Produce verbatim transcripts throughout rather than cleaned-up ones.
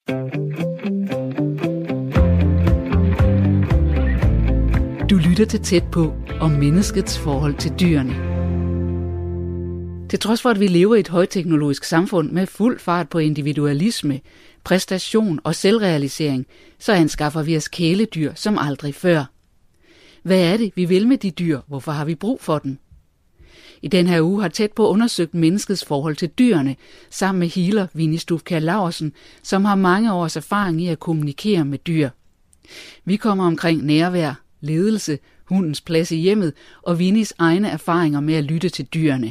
Du lytter til Tæt på om menneskets forhold til dyrene. Til trods for, at vi lever i et højteknologisk samfund med fuld fart på individualisme, præstation og selvrealisering, så anskaffer vi os kæledyr som aldrig før. Hvad er det, vi vil med de dyr? Hvorfor har vi brug for dem? I den her uge har Tæt på undersøgt menneskets forhold til dyrene, sammen med healer Winnie Stufkjær Laursen, som har mange års erfaring i at kommunikere med dyr. Vi kommer omkring nærvær, ledelse, hundens plads i hjemmet og Winnies egne erfaringer med at lytte til dyrene.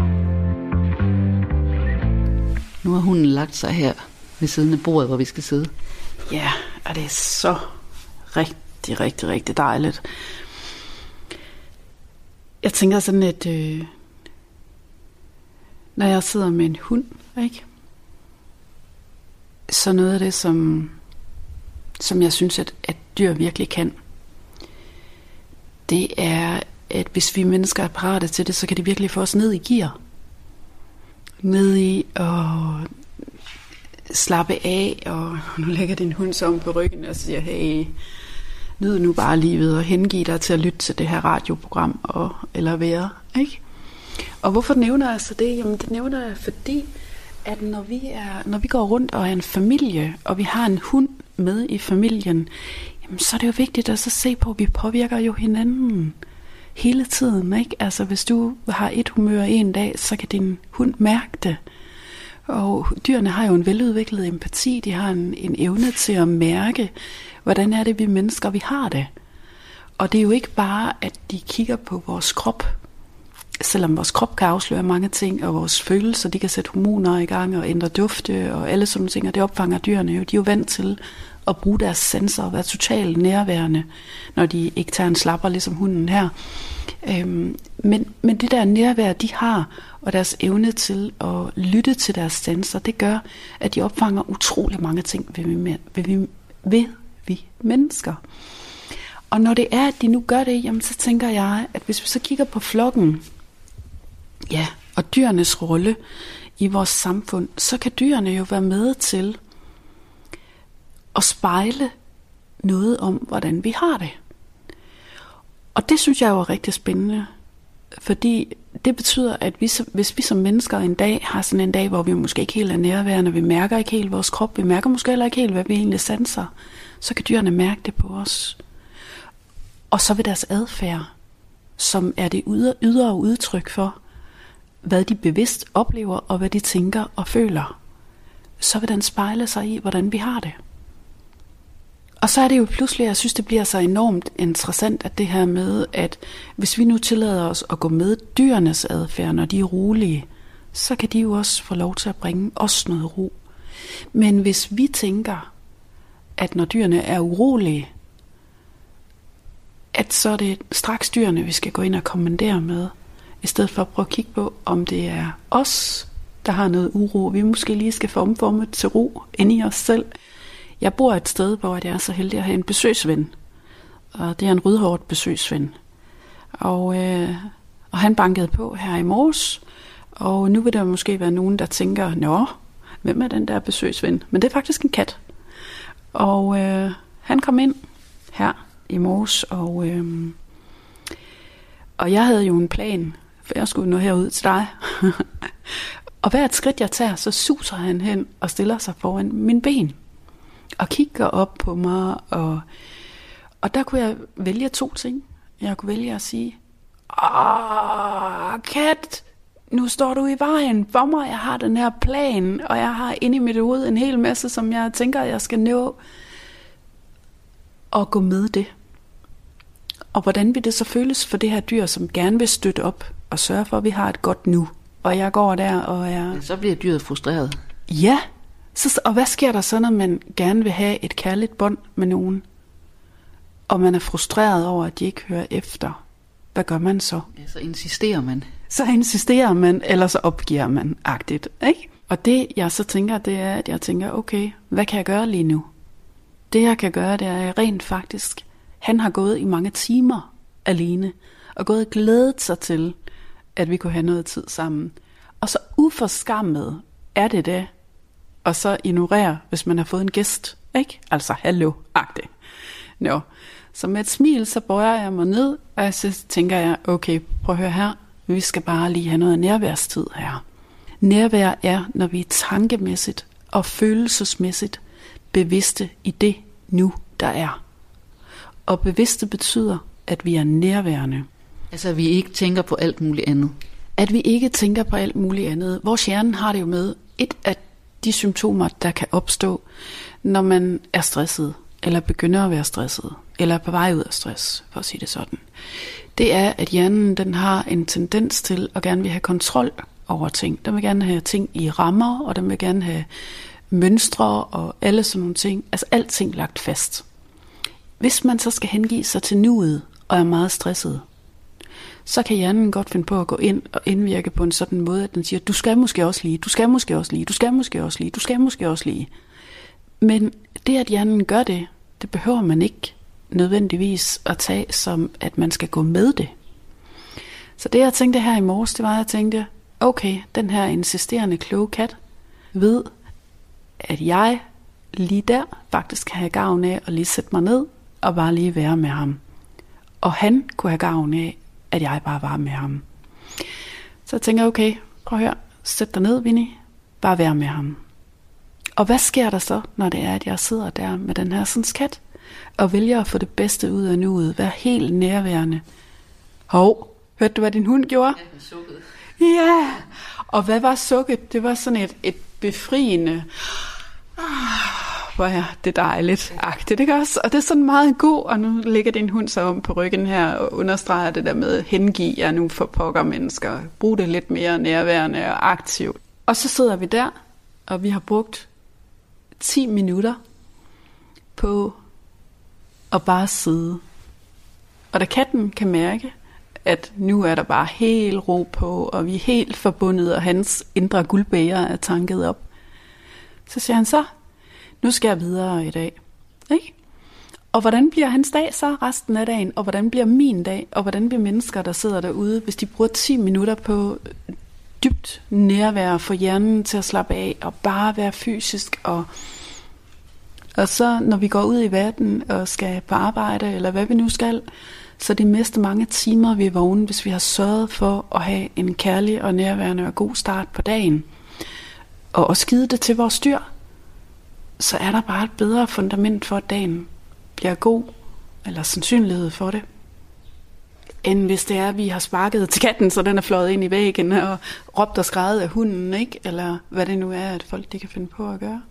Nu har hunden lagt sig her ved siden af bordet, hvor vi skal sidde. Ja, og det er så rigtig, rigtig, rigtig dejligt. Jeg tænker sådan, at øh, når jeg sidder med en hund, ikke? Så noget af det, som, som jeg synes, at, at dyr virkelig kan, det er, at hvis vi mennesker er parate til det, så kan det virkelig få os ned i gear. Ned i at slappe af, og nu lægger din hund så om på ryggen og siger, hey, nyd nu bare livet og hengive dig til at lytte til det her radioprogram, og, eller være, ikke? Og hvorfor nævner jeg så det? Jamen det nævner jeg, fordi at når vi, er, når vi går rundt og er en familie, og vi har en hund med i familien, jamen så er det jo vigtigt at så se på, at vi påvirker jo hinanden hele tiden, ikke? Altså hvis du har et humør en dag, så kan din hund mærke det. Og dyrene har jo en veludviklet empati, de har en, en evne til at mærke, hvordan er det vi mennesker, vi har det. Og det er jo ikke bare, at de kigger på vores krop, selvom vores krop kan afsløre mange ting, og vores følelser, de kan sætte hormoner i gang og ændre dufte og alle sådan ting, og det opfanger dyrene jo. De er jo vant til at bruge deres sanser og være totalt nærværende, når de ikke tager en slapper, ligesom hunden her. Øhm, men, men det der nærvær, de har, og deres evne til at lytte til deres sanser, det gør, at de opfanger utrolig mange ting ved vi, ved vi, ved vi mennesker. Og når det er, at de nu gør det, jamen så tænker jeg, at hvis vi så kigger på flokken, ja, og dyrenes rolle i vores samfund, så kan dyrene jo være med til at spejle noget om, hvordan vi har det. Og det synes jeg jo er rigtig spændende, fordi det betyder, at vi, hvis vi som mennesker en dag har sådan en dag, hvor vi måske ikke helt er nærværende, vi mærker ikke helt vores krop, vi mærker måske heller ikke helt, hvad vi egentlig sanser, så kan dyrene mærke det på os. Og så vil deres adfærd, som er det ydre, ydre udtryk for, hvad de bevidst oplever, og hvad de tænker og føler, så vil den spejle sig i, hvordan vi har det. Og så er det jo pludselig, jeg synes, det bliver så enormt interessant, at det her med, at hvis vi nu tillader os at gå med dyrenes adfærd, når de er rolige, så kan de jo også få lov til at bringe os noget ro. Men hvis vi tænker, at når dyrene er urolige, at så er det straks dyrene, vi skal gå ind og kommandere med, i stedet for at prøve at kigge på, om det er os, der har noget uro, vi måske lige skal få omformet til ro inde i os selv. Jeg bor et sted, hvor jeg er så heldig at have en besøgsven, og det er en rødhåret besøgsven. Og, øh, og han bankede på her i morges, og nu vil der måske være nogen, der tænker, nå, hvem er den der besøgsven? Men det er faktisk en kat. Og øh, han kom ind her i morges, og, øh, og jeg havde jo en plan, for jeg skulle nå herud til dig. Og hvert skridt jeg tager, så suser han hen og stiller sig foran min ben. Og kigger op på mig, og, og der kunne jeg vælge to ting. Jeg kunne vælge at sige, åh, kat, nu står du i vejen for mig, jeg har den her plan, og jeg har inde i mit hoved en hel masse, som jeg tænker, jeg skal nå, og gå med det. Og hvordan vil det så føles for det her dyr, som gerne vil støtte op, og sørge for, at vi har et godt nu, og jeg går der, og jeg... Ja, så bliver dyret frustreret. Ja. Så, og hvad sker der så, når man gerne vil have et kærligt bånd med nogen, og man er frustreret over, at de ikke hører efter? Hvad gør man så? Ja, så insisterer man. Så insisterer man, eller så opgiver man agtigt, ikke? Og det, jeg så tænker, det er, at jeg tænker, okay, hvad kan jeg gøre lige nu? Det, jeg kan gøre, det er rent faktisk, han har gået i mange timer alene, og gået og glædet sig til, at vi kunne have noget tid sammen. Og så uforskammet er det det, og så ignorere, hvis man har fået en gæst, ikke? Altså, hallo-agtigt. Nå. Så med et smil, så bøjer jeg mig ned, og så tænker jeg, okay, prøv at høre her, vi skal bare lige have noget nærværstid her. Nærvær er, når vi er tankemæssigt og følelsesmæssigt bevidste i det nu, der er. Og bevidste betyder, at vi er nærværende. Altså, at vi ikke tænker på alt muligt andet. At vi ikke tænker på alt muligt andet. Vores hjerne har det jo med et af de symptomer, der kan opstå, når man er stresset, eller begynder at være stresset, eller er på vej ud af stress, for at sige det sådan. Det er, at hjernen den har en tendens til at gerne vil have kontrol over ting. Den vil gerne have ting i rammer, og den vil gerne have mønstre og alle sådan nogle ting. Altså alting lagt fast. Hvis man så skal hengive sig til nuet og er meget stresset, så kan hjernen godt finde på at gå ind og indvirke på en sådan måde, at den siger, du skal måske også lige, du skal måske også lige, du skal måske også lige, du skal måske også lige. Men det, at hjernen gør det, det behøver man ikke nødvendigvis at tage som, at man skal gå med det. Så det, jeg tænkte her i morges, det var, at jeg tænkte, okay, den her insisterende kloge kat ved, at jeg lige der faktisk kan have gavn af at lige sætte mig ned og bare lige være med ham. Og han kunne have gavn af, at jeg bare var med ham. Så jeg tænker, okay, prøv at høre, sæt dig ned, Winnie, bare være med ham. Og hvad sker der så, når det er, at jeg sidder der med den her sådan kat, og vælger at få det bedste ud af nuet, være helt nærværende? Hov, hørte du, hvad din hund gjorde? Ja, den sukkede. Ja, og hvad var sukket? Det var sådan et, et befriende, hvor ja, det er dejligt-agtigt, ikke også? Og det er sådan meget god, og nu ligger din hund så om på ryggen her, og understreger det der med, hengiv jer nu for pokker mennesker, brug det lidt mere nærværende og aktivt. Og så sidder vi der, og vi har brugt ti minutter på at bare sidde. Og da katten kan mærke, at nu er der bare helt ro på, og vi er helt forbundet, og hans indre guldbæger er tanket op, så siger han så, nu skal jeg videre i dag. Ikke? Og hvordan bliver hans dag så resten af dagen? Og hvordan bliver min dag? Og hvordan bliver mennesker, der sidder derude, hvis de bruger ti minutter på dybt nærvær, for hjernen til at slappe af, og bare være fysisk, og, og så når vi går ud i verden, og skal på arbejde, eller hvad vi nu skal, så det meste mange timer vi er vågne, hvis vi har sørget for at have en kærlig og nærværende og god start på dagen, og også givet det til vores dyr, så er der bare et bedre fundament for, at dagen bliver god, eller sandsynlighed for det, end hvis det er, at vi har sparket til katten, så den er fløjet ind i væggen, og råbt og skreget af hunden, ikke? Eller hvad det nu er, at folk de kan finde på at gøre.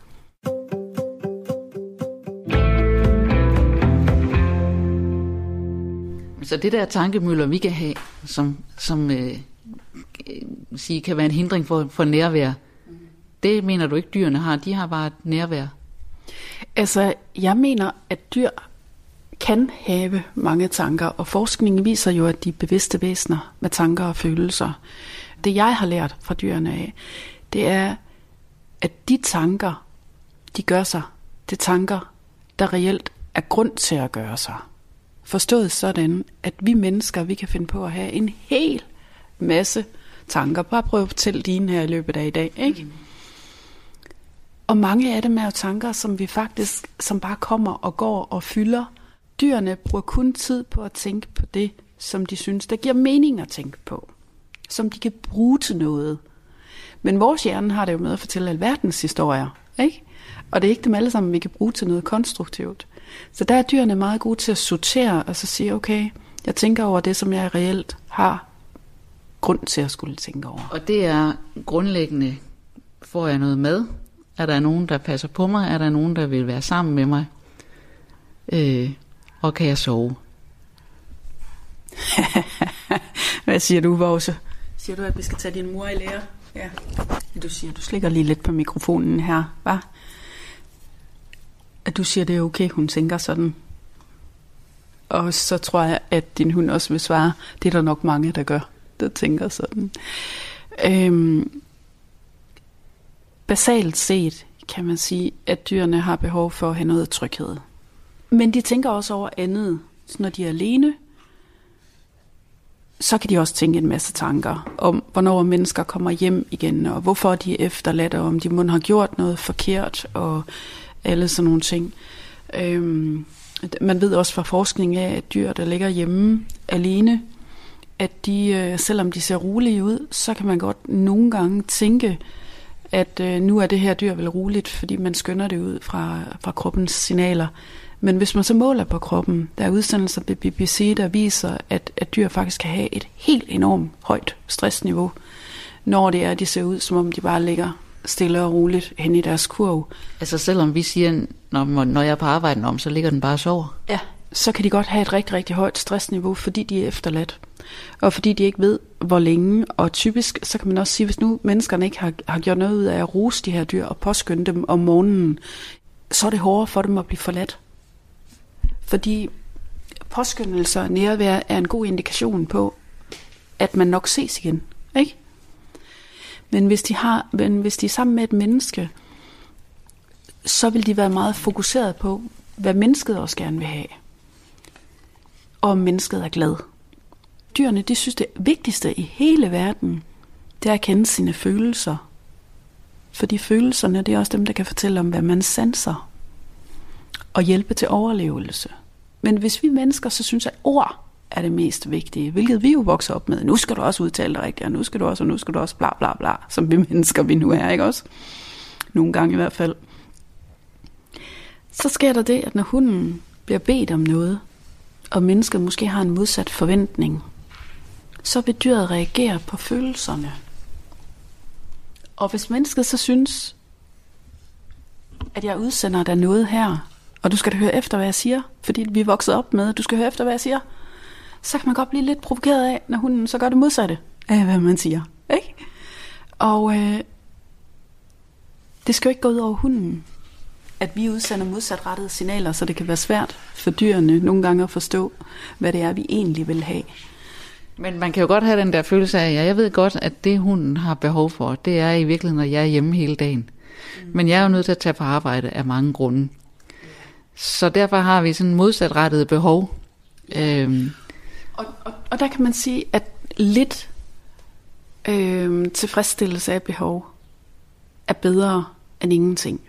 Så det der tankemøller, vi kan have, som, som øh, sige, kan være en hindring for, for nærvær, det mener du ikke, dyrene har? De har bare et nærvær. Altså, jeg mener, at dyr kan have mange tanker, og forskningen viser jo, at de er bevidste væsener med tanker og følelser. Det jeg har lært fra dyrene af, det er, at de tanker, de gør sig, det er tanker, der reelt er grund til at gøre sig. Forstået sådan, at vi mennesker, vi kan finde på at have en hel masse tanker. Bare prøv at fortælle dine her i løbet af i dag, ikke? Mm. Og mange af dem er jo tanker, som vi faktisk, som bare kommer og går og fylder. Dyrene bruger kun tid på at tænke på det, som de synes, der giver mening at tænke på. Som de kan bruge til noget. Men vores hjerne har det jo med at fortælle alverdens historier, ikke? Og det er ikke dem alle sammen, vi kan bruge til noget konstruktivt. Så der er dyrene meget gode til at sortere og så sige, okay, jeg tænker over det, som jeg reelt har grund til at skulle tænke over. Og det er grundlæggende, får jeg noget mad? Er der nogen, der passer på mig? Er der nogen, der vil være sammen med mig? Øh, og kan jeg sove? Hvad siger du, Vose? Siger du, at vi skal tage din mor i lære? Ja. Du siger, du slikker lige lidt på mikrofonen her, hva? At du siger, det er okay, hun tænker sådan. Og så tror jeg, at din hund også vil svare, det er der nok mange, der gør, der tænker sådan. Øhm, basalt set kan man sige, at dyrene har behov for at have noget tryghed. Men de tænker også over andet, så når de er alene, så kan de også tænke en masse tanker om, hvornår mennesker kommer hjem igen, og hvorfor de er efterladt, og om de må have gjort noget forkert, og alle sådan nogle ting. Øhm, man ved også fra forskning af, at dyr, der ligger hjemme alene, at de, selvom de ser rolige ud, så kan man godt nogle gange tænke, at øh, nu er det her dyr vel roligt, fordi man skynder det ud fra, fra kroppens signaler. Men hvis man så måler på kroppen, der er udsendelser på B B C, der viser, at, at dyr faktisk kan have et helt enormt højt stressniveau, når det er, at de ser ud, som om de bare ligger stille og roligt hen i deres kurv. Altså selvom vi siger, når, når jeg er på arbejde om, så ligger den bare og sover? Ja, så kan de godt have et rigtig, rigtig højt stressniveau, fordi de er efterladt. Og fordi de ikke ved, hvor længe. Og typisk, så kan man også sige, hvis nu menneskerne ikke har, har gjort noget ud af at rose de her dyr og påskynde dem om morgenen, så er det hårdere for dem at blive forladt. Fordi påskyndelser og nærvær er en god indikation på, at man nok ses igen, ikke? Men hvis de har, men hvis de er sammen med et menneske, så vil de være meget fokuseret på, hvad mennesket også gerne vil have. Og om mennesket er glad. Dyrene, de synes, det vigtigste i hele verden, det er at kende sine følelser. Fordi følelserne, det er også dem, der kan fortælle om, hvad man sanser. Og hjælpe til overlevelse. Men hvis vi mennesker så synes, at ord er det mest vigtige, hvilket vi jo vokser op med. Nu skal du også udtale dig rigtigt, og nu skal du også, og nu skal du også, bla bla bla, som vi mennesker vi nu er, ikke også? Nogle gange i hvert fald. Så sker der det, at når hunden bliver bedt om noget, og mennesket måske har en modsat forventning, så vil dyret reagere på følelserne. Og hvis mennesket så synes, at jeg udsender dig noget her, og du skal da høre efter, hvad jeg siger, fordi vi er vokset op med, at du skal høre efter, hvad jeg siger, så kan man godt blive lidt provokeret af, når hunden så gør det modsatte af, hvad man siger. Ikke? Og øh, det skal jo ikke gå ud over hunden, at vi udsender modsatrettede signaler, så det kan være svært for dyrene nogle gange at forstå, hvad det er, vi egentlig vil have. Men man kan jo godt have den der følelse af, ja, jeg ved godt, at det hunden har behov for, det er i virkeligheden, når jeg er hjemme hele dagen. Mm. Men jeg er jo nødt til at tage på arbejde af mange grunde. Så derfor har vi sådan modsatrettede behov. Øhm. Og, og, og der kan man sige, at lidt øhm, tilfredsstillelse af behov er bedre end ingenting.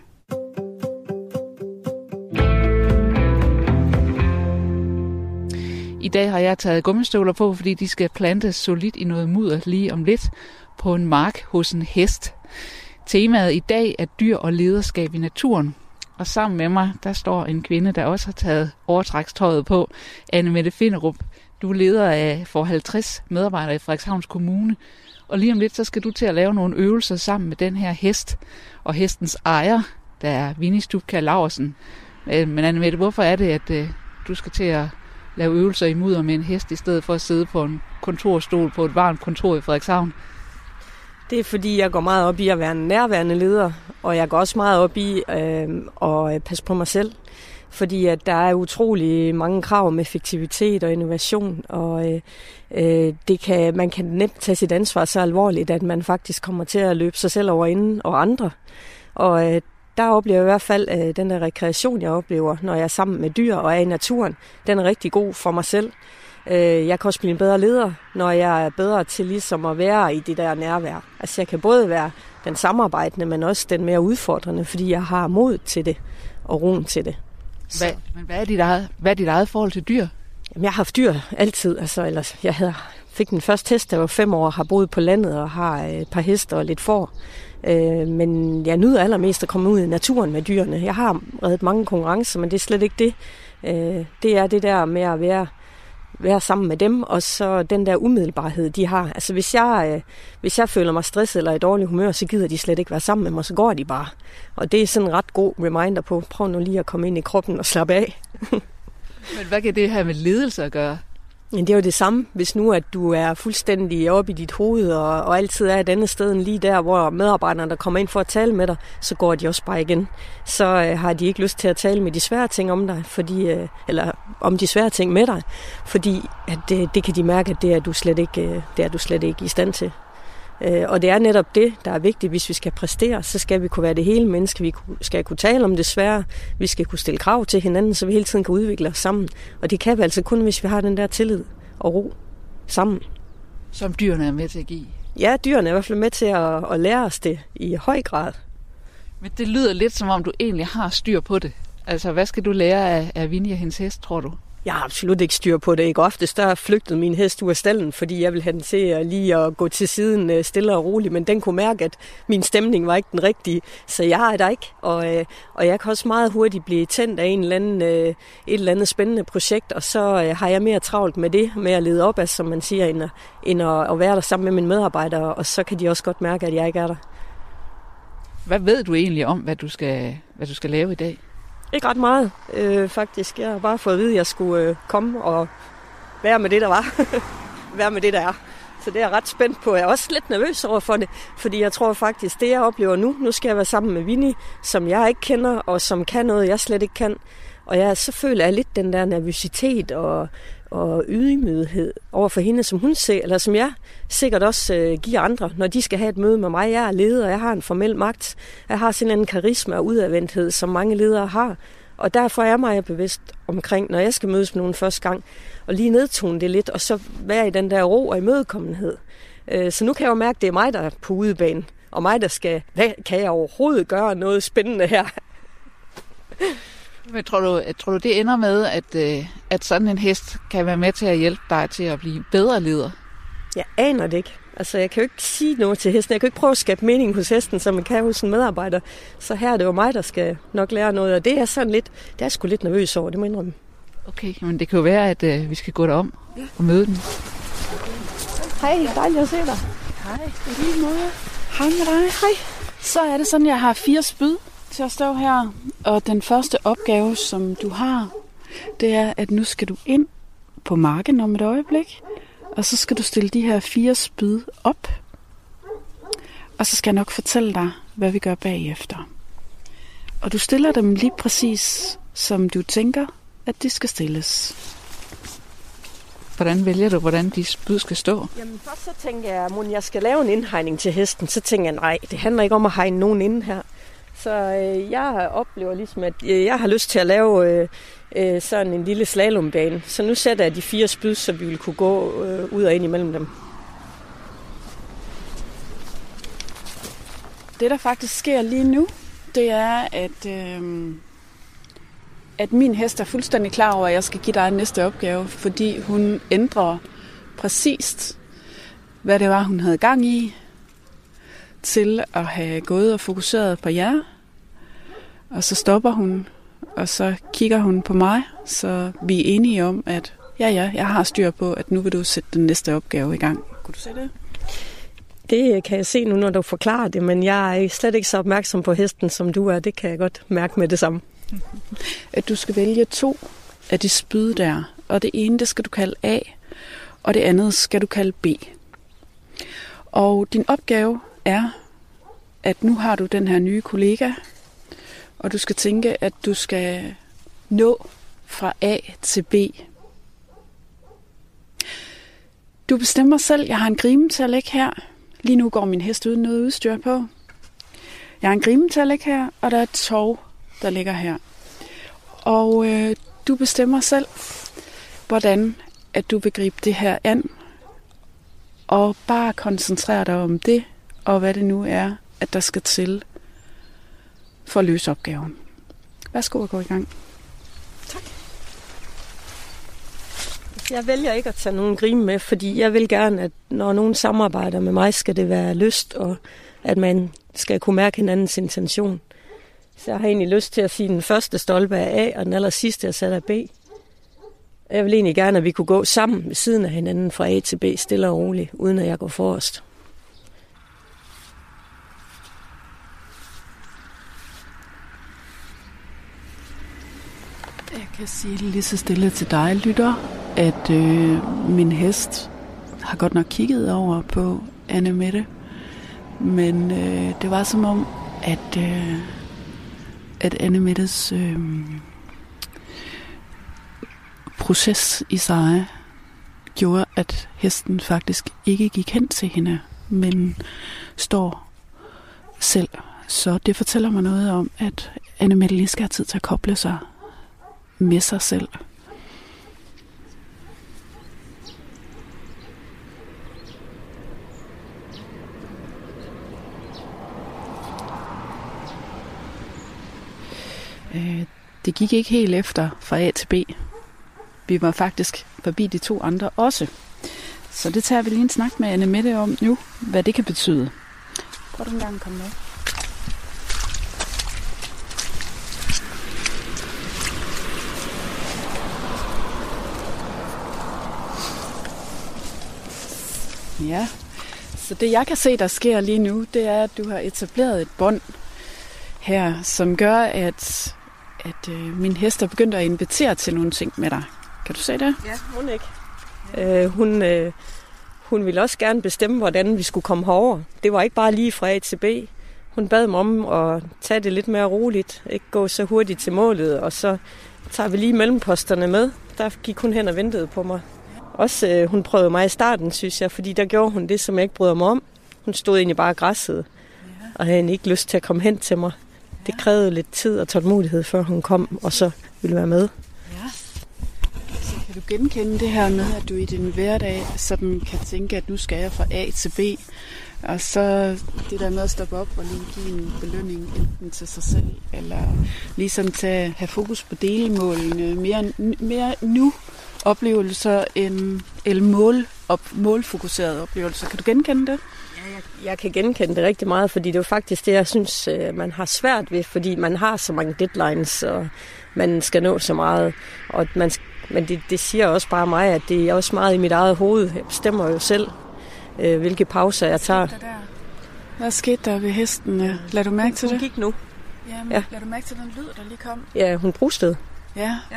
I dag har jeg taget gummistøvler på, fordi de skal plantes solidt i noget mudder lige om lidt på en mark hos en hest. Temaet i dag er dyr og lederskab i naturen. Og sammen med mig, der står en kvinde, der også har taget overtrækstøjet på. Anne-Mette Finderup, du er leder af for halvtreds medarbejdere i Frederikshavns Kommune. Og lige om lidt, så skal du til at lave nogle øvelser sammen med den her hest. Og hestens ejer, der er Winnie Stubkjær Laursen. Men Anne-Mette, hvorfor er det, at du skal til at lave øvelser i mudder med en hest, i stedet for at sidde på en kontorstol på et varmt kontor i Frederikshavn? Det er fordi, jeg går meget op i at være en nærværende leder, og jeg går også meget op i øh, at passe på mig selv. Fordi at der er utrolig mange krav om effektivitet og innovation, og øh, det kan, man kan nemt tage sit ansvar så alvorligt, at man faktisk kommer til at løbe sig selv over inden og andre. Og øh, der oplever jeg i hvert fald, at den der rekreation, jeg oplever, når jeg er sammen med dyr og er i naturen, den er rigtig god for mig selv. Jeg kan også blive en bedre leder, når jeg er bedre til ligesom at være i det der nærvær. Altså jeg kan både være den samarbejdende, men også den mere udfordrende, fordi jeg har mod til det og roen til det. Hvad, men hvad er, dit eget, hvad er dit eget forhold til dyr? Jamen, jeg har haft dyr altid. Altså, ellers, jeg havde, fik den første hest, da jeg var fem år, har boet på landet og har et par heste og lidt får. Øh, men jeg nyder allermest at komme ud i naturen med dyrene. Jeg har reddet mange konkurrencer, men det er slet ikke det. Øh, det er det der med at være være sammen med dem, og så den der umiddelbarhed, de har. Altså hvis jeg, øh, hvis jeg føler mig stresset eller i dårlig humør, så gider de slet ikke være sammen med mig, så går de bare. Og det er sådan en ret god reminder på, prøv nu lige at komme ind i kroppen og slappe af. Men hvad kan det have med ledelse at gøre? Men det er jo det samme, hvis nu at du er fuldstændig oppe i dit hoved, og, og altid er et andet sted end lige der, hvor medarbejderne, der kommer ind for at tale med dig, så går de også bare igen. Så øh, har de ikke lyst til at tale med de svære ting om dig, fordi, øh, eller om de svære ting med dig, fordi at det, det kan de mærke, at det er du slet ikke, øh, det er du slet ikke i stand til. Øh, og det er netop det, der er vigtigt, hvis vi skal præstere, så skal vi kunne være det hele menneske, vi skal kunne tale om det svære, vi skal kunne stille krav til hinanden, så vi hele tiden kan udvikle os sammen. Og det kan vi altså kun, hvis vi har den der tillid og ro sammen. Som dyrene er med til at give? Ja, dyrene er i hvert fald med til at, at lære os det i høj grad. Men det lyder lidt som om, du egentlig har styr på det. Altså, hvad skal du lære af, af Winnie og hendes hest, tror du? Jeg har absolut ikke styr på det. Ikke oftest der flygtede min hest ud af stallen, fordi jeg ville have den til at lige at gå til siden stille og roligt, men den kunne mærke, at min stemning var ikke den rigtige, så jeg er der ikke. Og, og jeg kan også meget hurtigt blive tændt af en eller anden, et eller andet spændende projekt, og så har jeg mere travlt med det, med at lede op af, som man siger, end at, end at være der sammen med mine medarbejdere, og så kan de også godt mærke, at jeg ikke er der. Hvad ved du egentlig om, hvad du skal, hvad du skal lave i dag? Ikke ret meget, øh, faktisk. Jeg har bare fået at vide, at jeg skulle øh, komme og være med det, der var. være med det, der er. Så det er jeg ret spændt på. Jeg er også lidt nervøs over for det, fordi jeg tror faktisk, det jeg oplever nu, nu skal jeg være sammen med Winnie, som jeg ikke kender, og som kan noget, jeg slet ikke kan. Og jeg så føler jeg lidt den der nervøsitet og, og ydmyghed over for hende, som hun ser, eller som jeg sikkert også øh, giver andre, når de skal have et møde med mig. Jeg er leder, og jeg har en formel magt. Jeg har sådan en karisma og udadvendthed, som mange ledere har. Og derfor er mig bevidst omkring, når jeg skal mødes med nogen første gang, og lige nedtone det lidt, og så være i den der ro og imødekommenhed. Øh, så nu kan jeg jo mærke, at det er mig, der er på udebanen, og mig, der skal, hvad kan jeg overhovedet gøre noget spændende her? Men tror du, tror du, det ender med, at, at sådan en hest kan være med til at hjælpe dig til at blive bedre leder? Jeg aner det ikke. Altså, jeg kan jo ikke sige noget til hesten. Jeg kan jo ikke prøve at skabe mening hos hesten, som man kan hos en medarbejder. Så her er det jo mig, der skal nok lære noget, og det er sådan lidt, det er jeg sgu lidt nervøs over, det må jeg indrømme. Okay, men det kan jo være, at uh, vi skal gå derom ja. og møde den. Hej, dejligt at se dig. Hej, i lige måde. Hej med dig. Hej. Så er det sådan, jeg har fire spyd til at stå her, og den første opgave, som du har, det er, at nu skal du ind på marken om et øjeblik, og så skal du stille de her fire spyd op, og så skal jeg nok fortælle dig, hvad vi gør bagefter. Og du stiller dem lige præcis, som du tænker, at de skal stilles. Hvordan vælger du, hvordan de spyd skal stå? Jamen først så tænker jeg, at jeg skal lave en indhegning til hesten, så tænker jeg, nej, det handler ikke om at hegne nogen inden her. Så øh, jeg oplever ligesom, at øh, jeg har lyst til at lave øh, øh, sådan en lille slalombane. Så nu sætter jeg de fire spyd, så vi vil kunne gå øh, ud og ind imellem dem. Det, der faktisk sker lige nu, det er, at, øh, at min hest er fuldstændig klar over, at jeg skal give dig en næste opgave, fordi hun ændrer præcist, hvad det var, hun havde gang i, til at have gået og fokuseret på jer. Og så stopper hun, og så kigger hun på mig, så vi er enige om, at ja, ja, jeg har styr på, at nu vil du sætte den næste opgave i gang. Kunne du se det? Det kan jeg se nu, når du forklarer det, men jeg er slet ikke så opmærksom på hesten, som du er. Det kan jeg godt mærke med det samme. At du skal vælge to af de spyd der, og det ene, det skal du kalde A, og det andet skal du kalde B. Og din opgave er, at nu har du den her nye kollega, og du skal tænke, at du skal nå fra A til B. Du bestemmer selv. Jeg har en grime til at lægge her. Lige nu går min hest uden noget udstyr på. Jeg har en grime til at lægge her, og der er et tov, der ligger her. Og øh, du bestemmer selv, hvordan at du vil gribe det her an, og bare koncentrere dig om det, og hvad det nu er, at der skal til for at løse opgaven. Værsgo at gå i gang. Tak. Jeg vælger ikke at tage nogen grime med, fordi jeg vil gerne, at når nogen samarbejder med mig, skal det være lyst, og at man skal kunne mærke hinandens intention. Så jeg har egentlig lyst til at sige, at den første stolpe er A, og den aller sidste er sat af B. Jeg vil egentlig gerne, at vi kunne gå sammen ved siden af hinanden fra A til B, stille og roligt, uden at jeg går forrest. Jeg kan sige lige så stille til dig, lytter, at øh, min hest har godt nok kigget over på Anne-Mette, men øh, det var som om, at, øh, at Anne-Mettes øh, proces i sig gjorde, at hesten faktisk ikke gik hen til hende, men står selv. Så det fortæller mig noget om, at Anne-Mette lige skal have tid til at koble sig med sig selv. Øh, det gik ikke helt efter fra A til B. Vi var faktisk forbi de to andre også. Så det tager vi lige en snak med Anne Mette om nu, hvad det kan betyde. Prøv du en gang at komme med. Ja, så det jeg kan se, der sker lige nu, det er, at du har etableret et bånd her, som gør, at, at øh, min hest er begyndt at invitere til nogle ting med dig. Kan du se det? Ja, hun ikke. Ja. Øh, hun, øh, hun ville også gerne bestemme, hvordan vi skulle komme herover. Det var ikke bare lige fra A til B. Hun bad mig om at tage det lidt mere roligt, ikke gå så hurtigt til målet, og så tager vi lige mellemposterne med. Der gik hun hen og ventede på mig. Også øh, hun prøvede mig i starten, synes jeg, fordi der gjorde hun det, som jeg ikke bryder mig om. Hun stod egentlig bare og græssede, ja. Og havde ikke lyst til at komme hen til mig. Det krævede lidt tid og tålmodighed, før hun kom, og så ville være med. Ja. Så kan du genkende det her med, at du i din hverdag sådan kan tænke, at nu skal jeg fra A til B, og så det der med at stoppe op og lige give en belønning enten til sig selv, eller ligesom tage, have fokus på delmålene, mere, mere nu oplevelser end eller mål, op, målfokuserede oplevelser. Kan du genkende det? Ja, jeg, jeg kan genkende det rigtig meget, fordi det er jo faktisk det, jeg synes, man har svært ved, fordi man har så mange deadlines, og man skal nå så meget. Og man, men det, det siger også bare mig, at det er også meget i mit eget hoved. Jeg bestemmer jo selv, hvilke pauser jeg tager. Hvad skete der ved hesten? Lad du mærke til det? Hun gik nu. Ja, men ja. Lad du mærke til den lyd, der lige kom? Ja, hun brustede. Ja. Ja.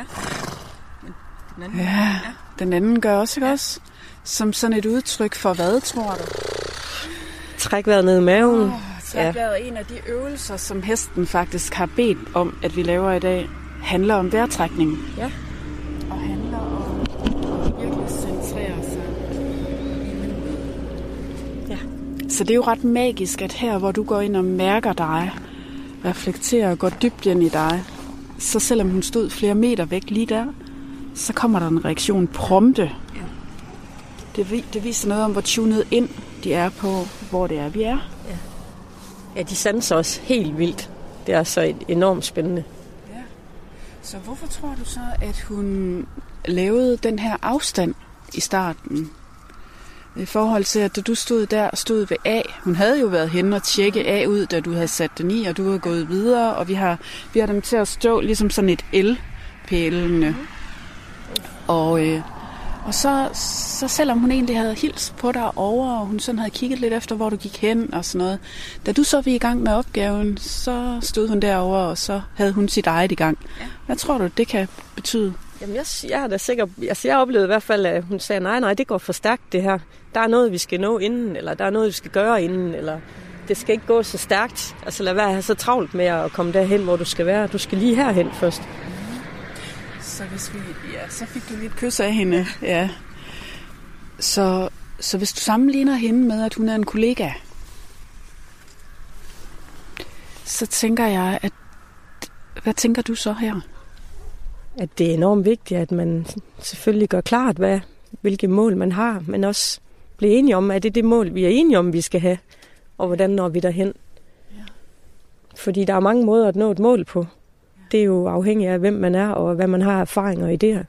Den anden, ja, ja, den anden gør også, ikke ja. Også? Som sådan et udtryk for hvad, tror du? Træk vejret ned i maven. Oh, træk vejret ja. En af de øvelser, som hesten faktisk har bedt om, at vi laver i dag, handler om vejrtrækning. Ja. Og handler om at virkelig centrere sig i nuet. Ja. Så det er jo ret magisk, at her, hvor du går ind og mærker dig, reflekterer og går dybt ind i dig, så selvom hun stod flere meter væk lige der, så kommer der en reaktion prompte. Ja. Det, det viser noget om, hvor tunet ind de er på, hvor det er, vi er. Ja, ja, de sanser os helt vildt. Det er så enormt spændende. Ja. Så hvorfor tror du så, at hun lavede den her afstand i starten? I forhold til, at da du stod der og stod ved A, hun havde jo været henne og tjekke A ud, da du havde sat den i, og du havde gået videre, og vi har, vi har dem til at stå ligesom sådan et L-pælene. Mm. Og, øh, og så, så selvom hun egentlig havde hilst på dig over, og hun sådan havde kigget lidt efter, hvor du gik hen og sådan noget, da du så var i gang med opgaven, så stod hun derover og så havde hun sit eget i gang. Ja. Hvad tror du, det kan betyde? Jamen, jeg, jeg er da sikker. Altså, jeg oplevede i hvert fald, at hun sagde, nej, nej, det går for stærkt det her. Der er noget, vi skal nå inden, eller der er noget, vi skal gøre inden, eller det skal ikke gå så stærkt. Altså, lad være at have så travlt med at komme derhen, hvor du skal være. Du skal lige herhen først. Så hvis vi, ja, så fik du lige et kys af hende. Ja. Så, så hvis du sammenligner hende med, at hun er en kollega, så tænker jeg, at hvad tænker du så her? At det er enormt vigtigt, at man selvfølgelig gør klart, hvad, hvilke mål man har, men også blive enige om, at det er det mål, vi er enige om, vi skal have, og hvordan når vi derhen. Ja. Fordi der er mange måder at nå et mål på. Det er jo afhængigt af, hvem man er, og hvad man har erfaringer i det her.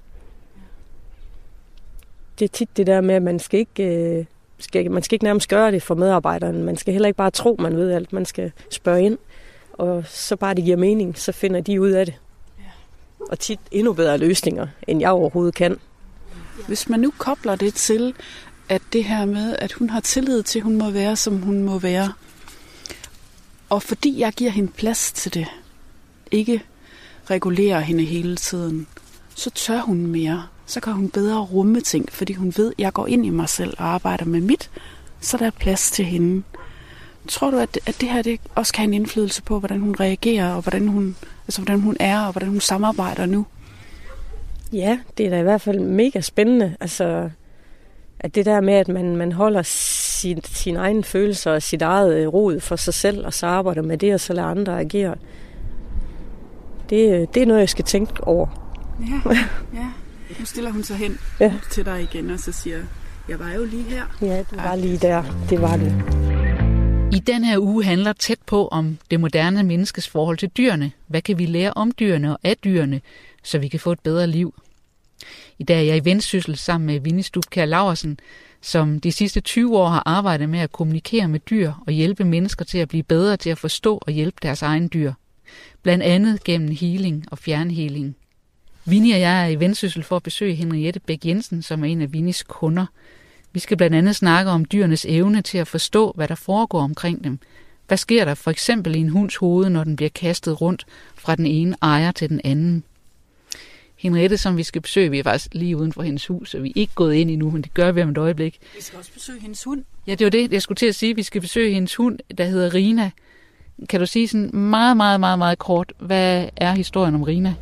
Det er tit det der med, at man skal ikke, øh, skal, man skal ikke nærmest gøre det for medarbejderen. Man skal heller ikke bare tro, man ved alt. Man skal spørge ind, og så bare det giver mening, så finder de ud af det. Og tit endnu bedre løsninger, end jeg overhovedet kan. Hvis man nu kobler det til, at det her med, at hun har tillid til, at hun må være, som hun må være, og fordi jeg giver hende plads til det, ikke regulerer hende hele tiden, så tør hun mere. Så kan hun bedre rumme ting, fordi hun ved, at jeg går ind i mig selv og arbejder med mit, så der er plads til hende. Tror du, at, at det her det også kan have en indflydelse på, hvordan hun reagerer, og hvordan hun, altså, hvordan hun er, og hvordan hun samarbejder nu? Ja, det er da i hvert fald mega spændende. Altså, at det der med, at man, man holder sin, sin egen følelser og sit eget rod for sig selv, og så arbejder med det, og så lader andre agere. Det, det er noget, jeg skal tænke over. Ja, ja. Nu stiller hun sig hen ja. til dig igen, og så siger, jeg var jo lige her. Ja, du var lige der. Det var det. I den her uge handler Tæt på om det moderne menneskes forhold til dyrene. Hvad kan vi lære om dyrene og af dyrene, så vi kan få et bedre liv? I dag er jeg i Vendsyssel sammen med Winnie Stubkjær Laursen, som de sidste tyve år har arbejdet med at kommunikere med dyr og hjælpe mennesker til at blive bedre til at forstå og hjælpe deres egen dyr. Blandt andet gennem healing og fjernhealing. Winnie og jeg er i Vendsyssel for at besøge Henriette Bæk Jensen, som er en af Winnies kunder. Vi skal blandt andet snakke om dyrenes evne til at forstå, hvad der foregår omkring dem. Hvad sker der for eksempel i en hunds hoved, når den bliver kastet rundt fra den ene ejer til den anden? Henriette, som vi skal besøge, vi er faktisk lige uden for hendes hus, og vi er ikke gået ind endnu, men det gør vi om et øjeblik. Vi skal også besøge hendes hund. Ja, det var det, jeg skulle til at sige. Vi skal besøge hendes hund, der hedder Rina. Kan du sige sådan meget, meget, meget, meget kort, hvad er historien om Rina?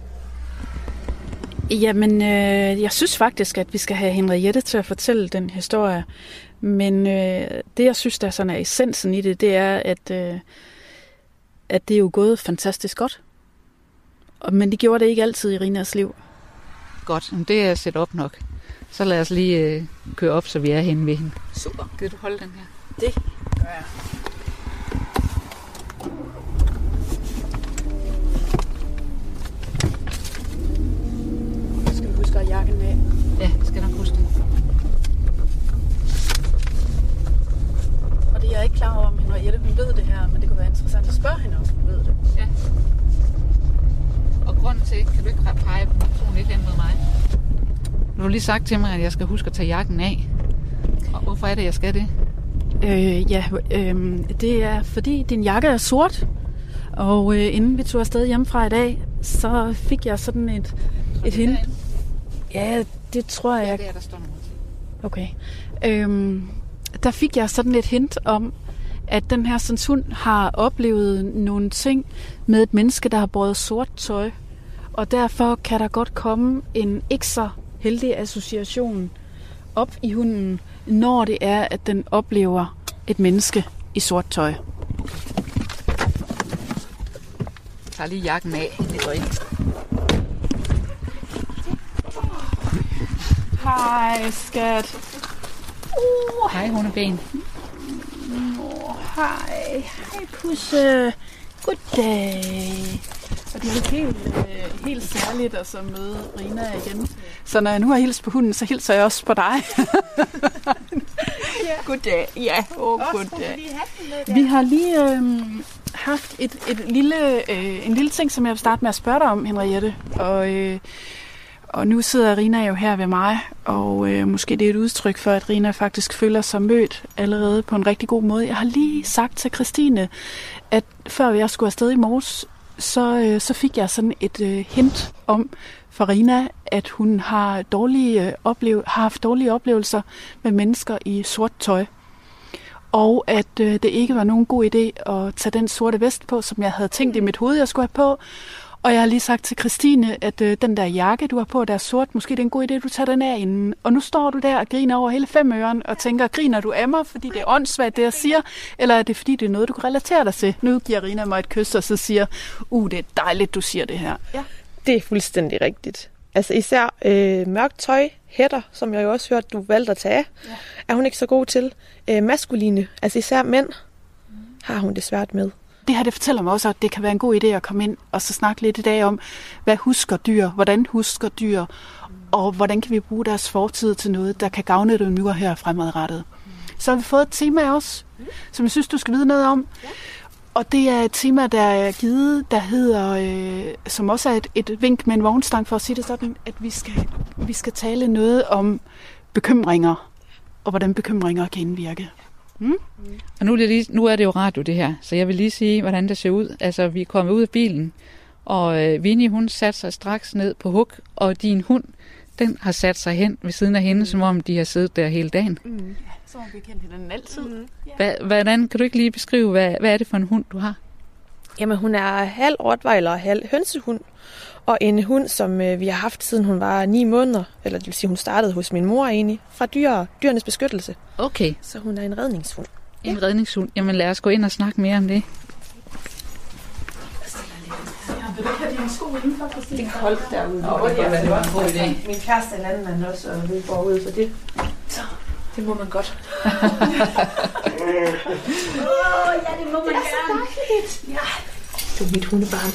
Jamen, øh, jeg synes faktisk, at vi skal have Henriette til at fortælle den historie. Men øh, det, jeg synes, der sådan er essensen i det, det er, at, øh, at det er jo gået fantastisk godt. Men det gjorde det ikke altid i Rinas liv. Godt, men det er set op nok. Så lad os lige øh, køre op, så vi er henne ved hende. Super. Kan du holde den her? Det gør jeg. Skal vi huske at jakken med? Ja, jeg skal nok huske det. Og det er jeg ikke klar over, om Henriette hun ved det her, men det kunne være interessant at spørge hende, om hun ved det. Ja. Og grunden til, kan du ikke pege på mikrofonen lidt hen mod mig? Du har lige sagt til mig, at jeg skal huske at tage jakken af. Og hvorfor er det, jeg skal det? Øh, ja, øh, det er fordi din jakke er sort. Og øh, inden vi tog afsted hjemmefra i dag, så fik jeg sådan et, et hint. Ja, det tror jeg. Ja, det er, der står noget til. Okay. Øhm, der fik jeg sådan et hint om, at den her sådan hund har oplevet nogle ting med et menneske, der har båret sort tøj. Og derfor kan der godt komme en ikke så heldig association op i hunden, når det er, at den oplever et menneske i sort tøj. Jeg tager lige jakken af. Det går ind. Hej, skat. Uh. Hej, hundeben. Oh, hej. Hej, pusse. Goddag. Og det er jo helt, øh, helt særligt at så møde Rina igen. Så når jeg nu har hilst på hunden, så hilser jeg også på dig. Ja. Goddag. Ja, åh, oh, goddag. Vi har lige øh, haft et, et lille, øh, en lille ting, som jeg vil starte med at spørge dig om, Henriette. Og, øh, og nu sidder Rina jo her ved mig, og øh, måske det er et udtryk for, at Rina faktisk føler sig mødt allerede på en rigtig god måde. Jeg har lige sagt til Christine, at før jeg skulle afsted i morges, så, øh, så fik jeg sådan et øh, hint om for Rina, at hun har, dårlige, øh, oplev- har haft dårlige oplevelser med mennesker i sort tøj. Og at øh, det ikke var nogen god idé at tage den sorte vest på, som jeg havde tænkt i mit hoved, jeg skulle have på. Og jeg har lige sagt til Christine, at øh, den der jakke, du har på, der er sort, måske det er en god idé, at du tager den af inden. Og nu står du der og griner over hele fem øren og tænker, griner du af mig, fordi det er åndssvagt, det jeg siger? Eller er det, fordi det er noget, du kan relatere dig til? Nu giver Rina mig et kys, og så siger, uh, det er dejligt, du siger det her. Ja. Det er fuldstændig rigtigt. Altså især øh, mørkt tøj, hætter, som jeg jo også hørte, du valgte at tage, ja. Er hun ikke så god til. Øh, maskuline, altså især mænd, mm. har hun det svært med. Det her, det fortæller mig også, at det kan være en god idé at komme ind og så snakke lidt i dag om, hvad husker dyr, hvordan husker dyr, mm. og hvordan kan vi bruge deres fortid til noget, der kan gavne dem nu og her fremadrettet. Mm. Så har vi fået et tema også, mm. som jeg synes, du skal vide noget om. Ja. Og det er et tema, der er givet, der hedder, øh, som også er et, et vink med en vognstang, for at sige det sådan, at vi skal, vi skal tale noget om bekymringer, og hvordan bekymringer kan indvirke. Mm? Mm. Og nu er, det lige, nu er det jo radio, det her, så jeg vil lige sige, hvordan det ser ud. Altså, vi er kommet ud af bilen, og øh, Winnie, hun satte sig straks ned på huk, og din hund, den har sat sig hen ved siden af hende, mm. som om de har siddet der hele dagen. Mm. Ja, så har vi kendt hinanden altid. Mm. Hva, hvordan kan du ikke lige beskrive, hvad, hvad er det for en hund, du har? Jamen, hun er halv rottweiler og halv hønsehund. Og en hund, som øh, vi har haft siden hun var ni måneder, eller det vil sige, hun startede hos min mor egentlig, fra dyre, dyrenes beskyttelse. Okay. Så hun er en redningshund. En ja. redningshund. Jamen lad os gå ind og snakke mere om det. Vil du ikke have dine sko indenfor, Christine? Det er koldt derude. Åh, oh, det kan være, det var en god idé. Min kæreste er landmand også, og vi går ud for det. Så, Det må man godt. Åh, ja, det må man gerne. Ja, du er mit hundebarn.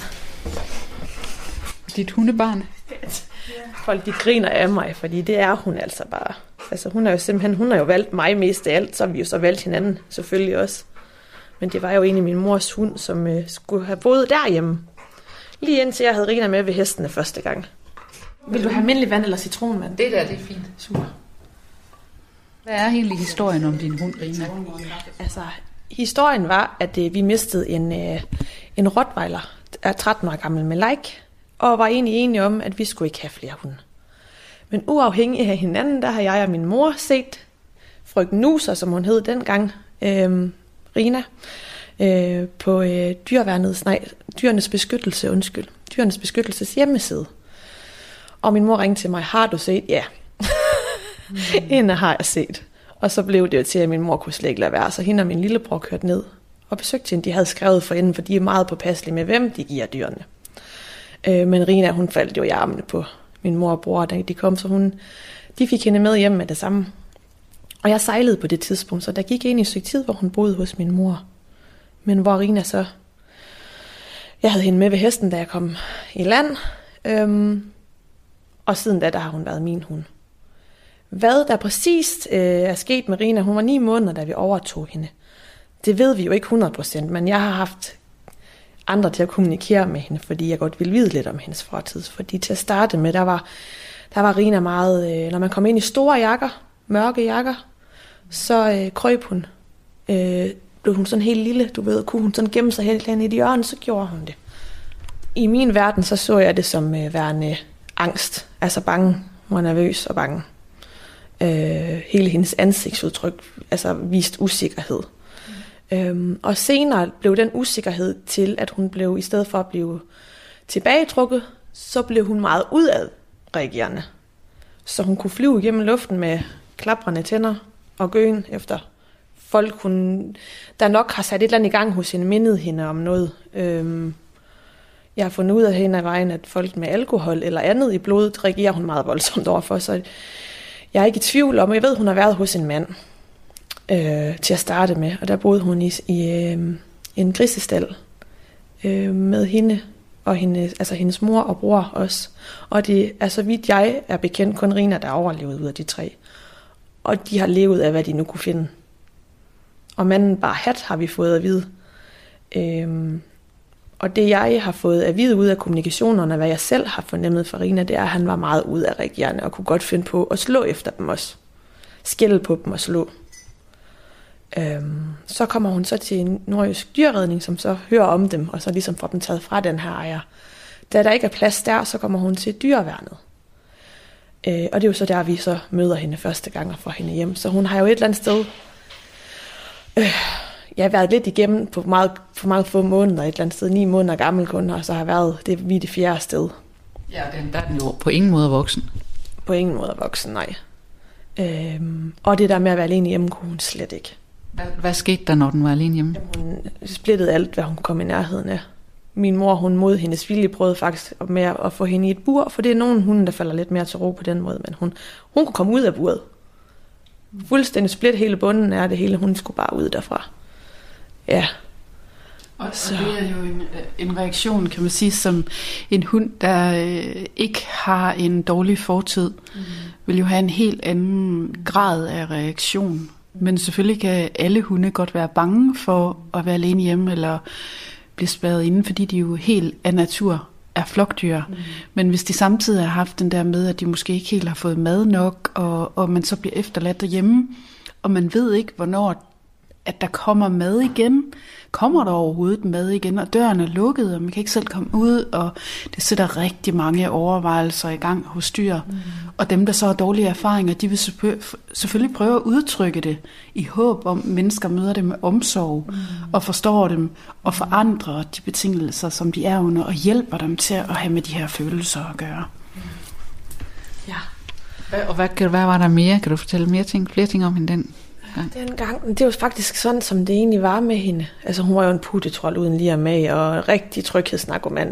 Dit hundebarn? Folk, de griner af mig, fordi det er hun altså bare. Altså, hun har jo simpelthen, hun har jo valgt mig mest af alt, så har vi jo så valgt hinanden selvfølgelig også. Men det var jo egentlig min mors hund, som øh, skulle have boet derhjemme. Lige indtil jeg havde Rina med ved hestene første gang. Vil du have almindelig vand eller citronvand? Det der, det er fint. Super. Hvad er egentlig historien om din hund, Rina? Altså, historien var, at øh, vi mistede en, øh, en rottweiler, er tretten år gammel med like, og var egentlig enige om, at vi skulle ikke have flere hunde. Men uafhængig af hinanden, der har jeg og min mor set frøken Nuser, som hun hed dengang, øh, Rina, øh, på øh, dyreværnets, nej, dyrenes beskyttelse, undskyld, dyrenes beskyttelses hjemmeside. Og min mor ringte til mig, har du set? Ja. Mm. Hende har jeg set. Og så blev det jo til, at min mor kunne slet ikke lade være. Så hende og min lillebror kørte ned og besøgte hende. De havde skrevet for inden, for de er meget påpasselige med, hvem de giver dyrene. Øh, men Rina, hun faldt jo i armene på min mor og bror, da de kom, så hun, de fik hende med hjem med det samme. Og jeg sejlede på det tidspunkt, så der gik ind i et stykke tid, hvor hun boede hos min mor. Men hvor Rina så... Jeg havde hende med ved hesten, da jeg kom i land. Øhm, og siden da, der har hun været min hund. Hvad der præcist øh, er sket med Rina, hun var ni måneder, da vi overtog hende. Det ved vi jo ikke hundrede procent, men jeg har haft andre til at kommunikere med hende, fordi jeg godt ville vide lidt om hendes fortid. Fordi til at starte med, der var, der var Rina meget... Øh, når man kom ind i store jakker, mørke jakker, så øh, krøb hun. Øh, blev hun sådan helt lille, du ved, kunne hun sådan gemme sig helt hen i de hjørne, så gjorde hun det. I min verden, så så jeg det som øh, værende angst, altså bange. Hun var nervøs og bange. Øh, hele hendes ansigtsudtryk, altså vist usikkerhed. Mm. Øhm, og senere blev den usikkerhed til, at hun blev, i stedet for at blive tilbagetrukket, så blev hun meget udadreagerende. Så hun kunne flyve igennem luften med klaprende tænder og gøen efter folk, hun, der nok har sat et eller andet i gang hos hende, mindet hende om noget. Øhm, jeg har fundet ud af hende af vejen, at folk med alkohol eller andet i blodet reagerer hun meget voldsomt overfor, så jeg er ikke i tvivl om, jeg ved, hun har været hos en mand øh, til at starte med, og der boede hun i, i øh, en grisestal øh, med hende og hende, altså hendes mor og bror også. Og det er, så vidt jeg er bekendt, kun Rina, der er overlevet ud af de tre. Og de har levet af, hvad de nu kunne finde. Og manden bare hat, har vi fået at vide. Øhm, og det jeg har fået at vide ud af kommunikationerne, hvad jeg selv har fornemmet for Rina, det er, at han var meget ud af reagerende og kunne godt finde på at slå efter dem også. Skælde på dem og slå. Øhm, så kommer hun så til en nordjysk dyrredning, som så hører om dem, og så ligesom får dem taget fra den her ejer. Da der ikke er plads der, så kommer hun til dyreværnet. Øh, og det er jo så der, vi så møder hende første gang og får hende hjem. Så hun har jo et eller andet sted... Øh, jeg har været lidt igennem på meget, for meget få måneder, et eller andet sted, ni måneder gammel kun, og så har jeg været, det er vi det fjerde sted. Ja, den, der er den jo på ingen måde voksen. På ingen måde voksen, nej. Øhm, og det der med at være alene hjemme, kunne hun slet ikke. Hvad, hvad skete der, når den var alene hjemme? Jamen, hun splittede alt, hvad hun kunne komme i nærheden af. Min mor, hun mod hendes vilje, prøvede faktisk med at få hende i et bur, for det er nogen hunde, der falder lidt mere til ro på den måde, men hun, hun kunne komme ud af buret. Fuldstændig split hele bunden af det hele, hun skulle bare ud derfra. Ja. Og, og det er jo en, en reaktion, kan man sige, som en hund, der øh, ikke har en dårlig fortid, mm. vil jo have en helt anden grad af reaktion. Men selvfølgelig kan alle hunde godt være bange for at være alene hjemme, eller blive spærret inde, fordi de jo helt af natur er flokdyr. Mm. Men hvis de samtidig har haft den der med, at de måske ikke helt har fået mad nok, og, og man så bliver efterladt derhjemme, og man ved ikke, hvornår at der kommer mad igen. Kommer der overhovedet mad igen, og døren er lukket, og man kan ikke selv komme ud, og det sætter rigtig mange overvejelser i gang hos dyr. Mm. Og dem, der så har dårlige erfaringer, de vil selvfølgelig prøve at udtrykke det, i håb om, at mennesker møder dem med omsorg, mm. og forstår dem, og forandrer de betingelser, som de er under, og hjælper dem til at have med de her følelser at gøre. Mm. Ja. Og hvad, hvad var der mere? Kan du fortælle mere ting, flere ting om hende den? Den gang, det var faktisk sådan, som det egentlig var med hende. Altså hun var jo en puttetrold uden lige med, og rigtig tryghedsnarkoman.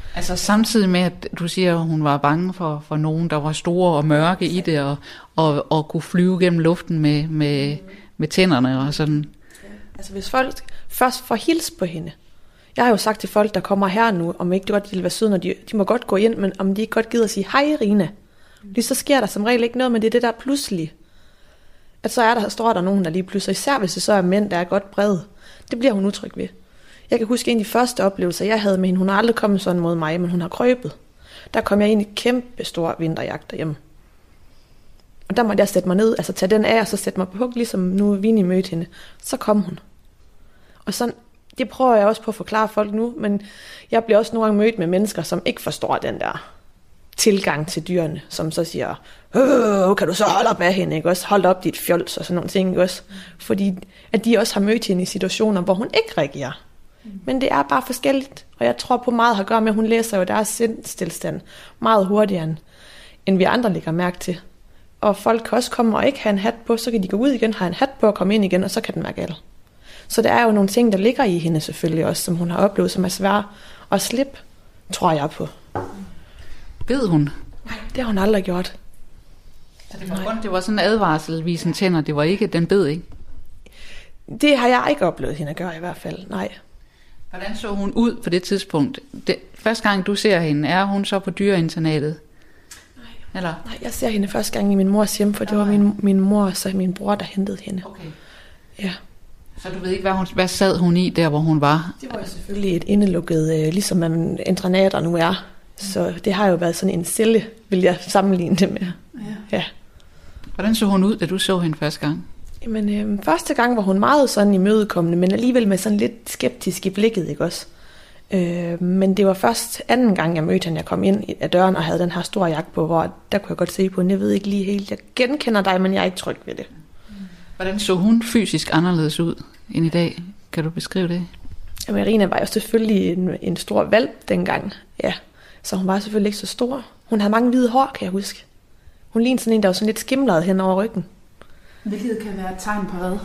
Altså samtidig med, at du siger, at hun var bange for, for nogen, der var store og mørke i det, og, og, og kunne flyve gennem luften med, med, med tænderne og sådan. Altså hvis folk først får hils på hende. Jeg har jo sagt til folk, der kommer her nu, om ikke det godt vil være søde, når de, de må godt gå ind, men om de ikke godt gider at sige, hej Irina. Lige så sker der som regel ikke noget, men det er det der pludselig. At så er der, står der nogen, der lige pludselig, især hvis det så er mænd, der er godt brede. Det bliver hun utryg ved. Jeg kan huske en af de første oplevelser, jeg havde med hende. Hun har aldrig kommet sådan mod mig, men hun har krøbet. Der kom jeg ind i et kæmpe stor vinterjagt derhjemme. Og der måtte jeg sætte mig ned, altså tage den af, og så sætte mig på hug, ligesom nu Vinnie mødte hende. Så kom hun. Og sådan, det prøver jeg også på at forklare folk nu, men jeg bliver også nogle gange mødt med mennesker, som ikke forstår den der tilgang til dyrene, som så siger, øh, kan du så holde op af hende, ikke også? Hold op dit fjols og sådan nogle ting, ikke også? Fordi at de også har mødt hende i situationer, hvor hun ikke reagerer. Men det er bare forskelligt, og jeg tror på meget har at gøre med, at hun læser jo deres sindstilstand meget hurtigere, end vi andre lægger mærke til. Og folk kan også komme og ikke have en hat på, så kan de gå ud igen, have en hat på og komme ind igen, og så kan den være gal. Så der er jo nogle ting, der ligger i hende selvfølgelig også, som hun har oplevet, som er svære at slippe, tror jeg på. Ved hun? Nej, det har hun aldrig gjort. Så det var, kun, det var sådan en advarsel, visen tænder, det var ikke, den bed ikke? Det har jeg ikke oplevet hende at gøre i hvert fald, nej. Hvordan så hun ud på det tidspunkt? Det, første gang du ser hende, er hun så på dyreinternatet? Nej. Eller? Nej, jeg ser hende første gang i min mors hjem, for det var min, min mor og så min bror, der hentede hende. Okay. Ja. Så du ved ikke, hvad, hun, hvad sad hun i der, hvor hun var? Det var jo selvfølgelig et indelukket, øh, ligesom man internater nu er. Så det har jo været sådan en celle, vil jeg sammenligne det med. Ja. Ja. Hvordan så hun ud, da du så hende første gang? Jamen, øh, første gang var hun meget sådan imødekommende, men alligevel med sådan lidt skeptisk i blikket, ikke også? Øh, men det var først anden gang, jeg mødte hende, jeg kom ind af døren og havde den her store jakke på, hvor der kunne jeg godt se på, jeg ved ikke lige helt, jeg genkender dig, men jeg er ikke tryg ved det. Hvordan så hun fysisk anderledes ud end i dag? Kan du beskrive det? Jamen, Irina var jo selvfølgelig en, en stor valp dengang, ja. Så hun var selvfølgelig ikke så stor. Hun havde mange hvide hår, kan jeg huske. Hun lignede sådan en, der var sådan lidt skimlet hen over ryggen. Hvilket kan være et tegn på hvad?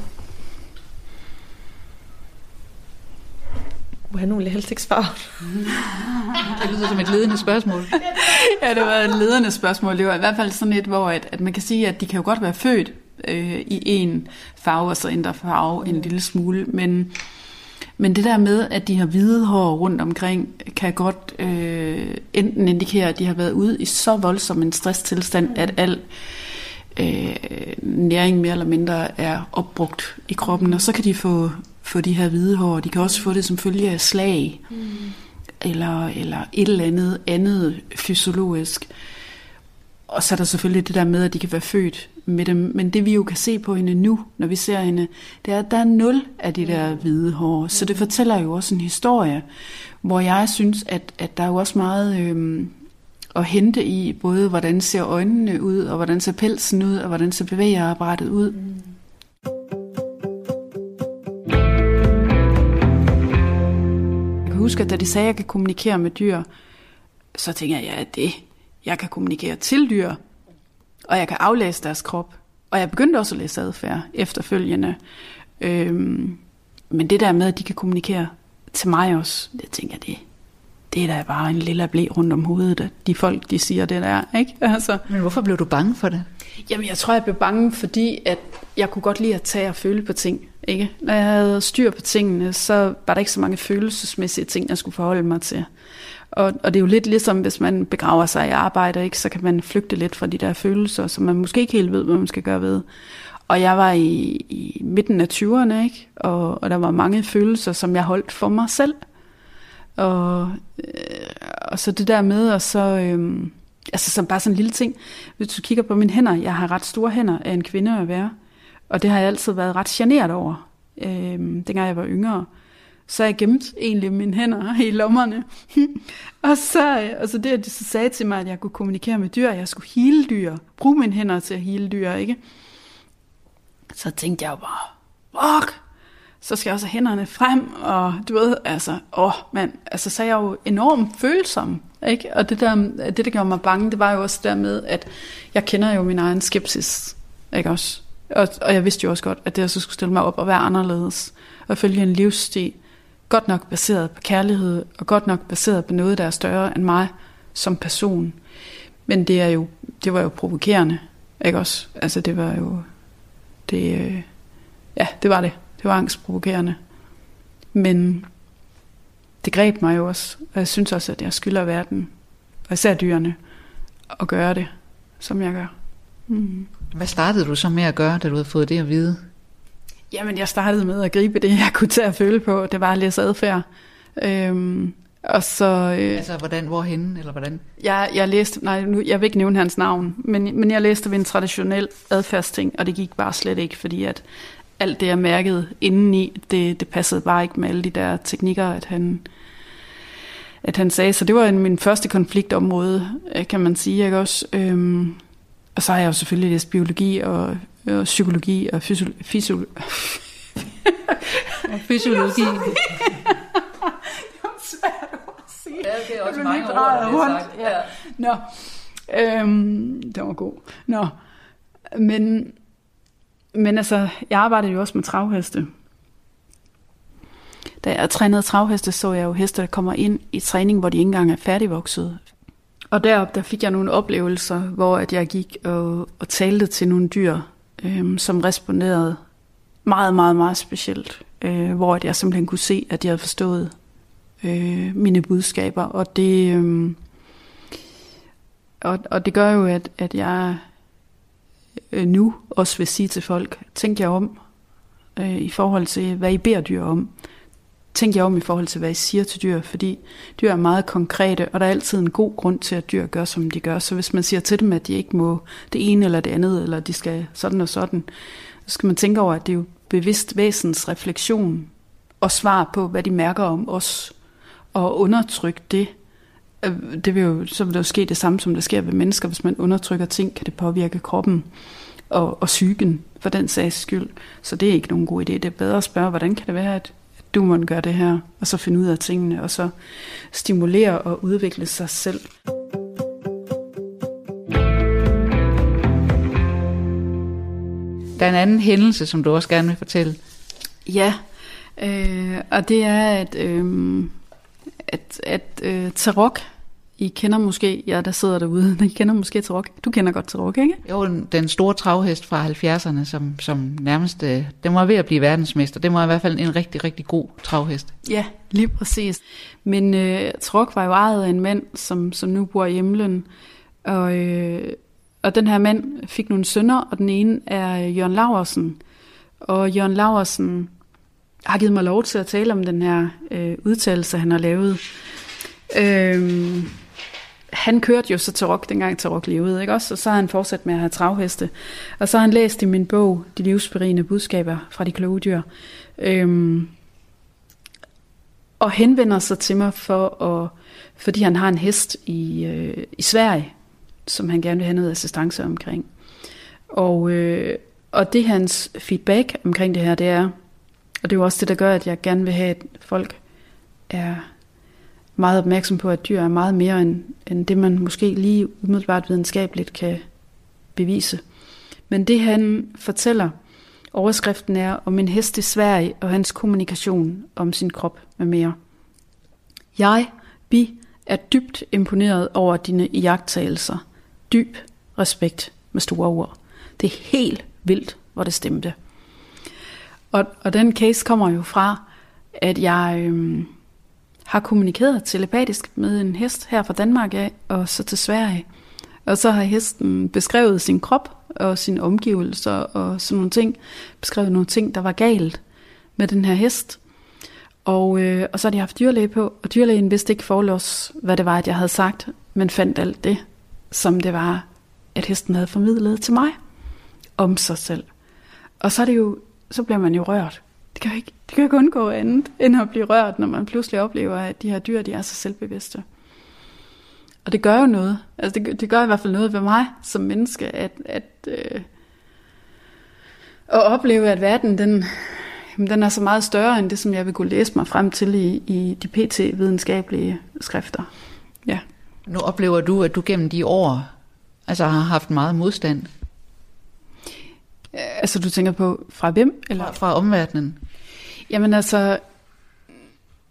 Uha, nu vil jeg helst ikke svare. Det lyder som et ledende spørgsmål. Ja, det var et ledende spørgsmål. Det var i hvert fald sådan et, hvor at, at man kan sige, at de kan jo godt være født øh, i en farve, og så ændre farve en lille smule. Men, men det der med, at de har hvide hår rundt omkring, kan godt øh, enten indikere, at de har været ude i så voldsom en stresstilstand, at al øh, næring mere eller mindre er opbrugt i kroppen, og så kan de få, få de her hvide hår. De kan også få det som følge af slag, mm. eller, eller et eller andet andet fysiologisk. Og så er der selvfølgelig det der med, at de kan være født med dem. Men det vi jo kan se på hende nu, når vi ser hende, det er, at der er nul af de der hvide hår. Så det fortæller jo også en historie, hvor jeg synes, at, at der er jo også meget øhm, at hente i, både hvordan ser øjnene ud, og hvordan ser pelsen ud, og hvordan ser bevægerapparatet ud. Mm. Jeg kan huske, at da de sagde, at jeg kan kommunikere med dyr, så tænker jeg, at det jeg kan kommunikere til dyr, og jeg kan aflæse deres krop. Og jeg begyndte også at læse adfærd efterfølgende. Øhm, men det der med, at de kan kommunikere til mig også, det tænker jeg, det, det er da bare en lille blæ rundt om hovedet, at de folk, de siger det der, ikke? Altså. Men hvorfor blev du bange for det? Jamen, jeg tror, jeg blev bange, fordi at jeg kunne godt lide at tage og føle på ting, ikke? Når jeg havde styr på tingene, så var der ikke så mange følelsesmæssige ting, jeg skulle forholde mig til. Og, og det er jo lidt ligesom, hvis man begraver sig i arbejde, ikke, så kan man flygte lidt fra de der følelser, som man måske ikke helt ved, hvad man skal gøre ved. Og jeg var i, i midten af tyverne, ikke? Og, og der var mange følelser, som jeg holdt for mig selv. Og, øh, og så det der med, og så, øh, altså så bare sådan en lille ting. Hvis du kigger på mine hænder, jeg har ret store hænder af en kvinde at være. Og det har jeg altid været ret generet over, øh, dengang jeg var yngre. Så jeg gemte egentlig mine hænder i lommerne. og, så, og så det, at de så sagde til mig, at jeg kunne kommunikere med dyr, at jeg skulle hele dyr, bruge mine hænder til at hele dyr, ikke? Så tænkte jeg jo bare, fuck, så skal jeg også have hænderne frem, og du ved, altså, åh, mand, altså, så er jeg jo enormt følsom, ikke? Og det der, det, der gjorde mig bange, det var jo også der med, at jeg kender jo min egen skepsis, ikke også? Og, og jeg vidste jo også godt, at det, jeg så skulle stille mig op og være anderledes, og følge en livsstil, godt nok baseret på kærlighed, og godt nok baseret på noget, der er større end mig som person. Men det er jo, det var jo provokerende, ikke også? Altså det var jo, det, øh, ja, det var det. Det var angstprovokerende. Men det greb mig jo også, og jeg synes også, at jeg skylder verden, og især dyrene, at gøre det, som jeg gør. Mm. Hvad startede du så med at gøre, da du havde fået det at vide? Jamen, jeg startede med at gribe det, jeg kunne tage at føle på. Det var at læse adfærd. Øhm, og så... Øh, altså, hvordan, hvorhenne, eller hvordan? Jeg, jeg læste... Nej, nu, jeg vil ikke nævne hans navn, men, men jeg læste ved en traditionel adfærdsting, og det gik bare slet ikke, fordi at alt det, jeg mærkede indeni, det, det passede bare ikke med alle de der teknikker, at han, at han sagde. Så det var min første konfliktområde, kan man sige, ikke også? Øhm, og så har jeg jo selvfølgelig læst biologi og, og psykologi og fysiologi. Fysiolo- fysiologi. Det var svært at sige. Ja, det er også mange ord, der er sagt. Ja. Nå, øhm, det var god. Nå, men... Men altså, jeg arbejdede jo også med travheste. Da jeg trænede travheste, så jeg jo heste, der kommer ind i træning, hvor de ikke engang er færdigvoksede. Og deroppe, der fik jeg nogle oplevelser, hvor at jeg gik og, og talte til nogle dyr, øhm, som responderede meget, meget, meget specielt. Øh, hvor at jeg simpelthen kunne se, at de havde forstået øh, mine budskaber. Og det, øh, og, og det gør jo, at, at jeg... nu også vil sige til folk, tænk jer om øh, i forhold til, hvad I beder dyr om. Tænk jer om i forhold til, hvad I siger til dyr, fordi dyr er meget konkrete, og der er altid en god grund til, at dyr gør, som de gør. Så hvis man siger til dem, at de ikke må det ene eller det andet, eller de skal sådan og sådan, så skal man tænke over, at det er jo bevidst væsens refleksion og svar på, hvad de mærker om os, og undertrykke det. Det vil jo, så vil der jo ske det samme, som der sker ved mennesker. Hvis man undertrykker ting, kan det påvirke kroppen og, og psyken for den sags skyld. Så det er ikke nogen god idé. Det er bedre at spørge, hvordan kan det være, at du må gøre det her, og så finde ud af tingene, og så stimulere og udvikle sig selv. Der er en anden hændelse, som du også gerne vil fortælle. Ja, øh, og det er, at, øh, at, at øh, Tarok, I kender måske, ja, der sidder derude, I kender måske Tarok. Du kender godt Tarok, ikke? Jo, den store travhest fra halvfjerdserne, som, som nærmest, øh, den var ved at blive verdensmester. Det var i hvert fald en rigtig, rigtig god travhest. Ja, lige præcis. Men øh, Tarok var jo ejet af en mand, som, som nu bor i himlen, og, øh, og den her mand fik nogle sønner, og den ene er Jørgen Laursen. Og Jørgen Laursen har givet mig lov til at tale om den her øh, udtalelse, han har lavet. Øh, han kørte jo så Tarok, dengang Tarok levede, ikke også? Og så har han fortsat med at have travheste. Og så har han læst i min bog, De livsberigende budskaber fra de kloge dyr. Øh, og henvender sig til mig, for at, fordi han har en hest i, øh, i Sverige, som han gerne vil have noget assistance omkring. Og, øh, og det hans feedback omkring det her, det er, og det er jo også det, der gør, at jeg gerne vil have, at folk er meget opmærksom på, at dyr er meget mere end, end det, man måske lige umiddelbart videnskabeligt kan bevise. Men det han fortæller, overskriften er om en hest i Sverige og hans kommunikation om sin krop med mere. Jeg, Bi, er dybt imponeret over dine iagttagelser. Dyb respekt med store ord. Det er helt vildt, hvor det stemte. Og, og den case kommer jo fra, at jeg øhm, har kommunikeret telepatisk med en hest her fra Danmark af, og så til Sverige. Og så har hesten beskrevet sin krop og sine omgivelser og sådan nogle ting. Beskrevet nogle ting, der var galt med den her hest. Og, øh, og så har de haft dyrlæge på, og dyrlægen vidste ikke forlås, hvad det var, at jeg havde sagt, men fandt alt det, som det var, at hesten havde formidlet til mig om sig selv. Og så er det jo, så bliver man jo rørt. Det kan jo ikke, det kan jo ikke undgå andet, end at blive rørt, når man pludselig oplever, at de her dyr, de er så selvbevidste. Og det gør jo noget. Altså det, det gør i hvert fald noget ved mig som menneske, at, at, øh, at opleve, at verden, den, den er så meget større, end det, som jeg vil kunne læse mig frem til i, i de P T-videnskabelige skrifter. Ja. Nu oplever du, at du gennem de år altså har haft meget modstand. Altså du tænker på fra hvem? Eller? Fra, fra omverdenen. Jamen altså,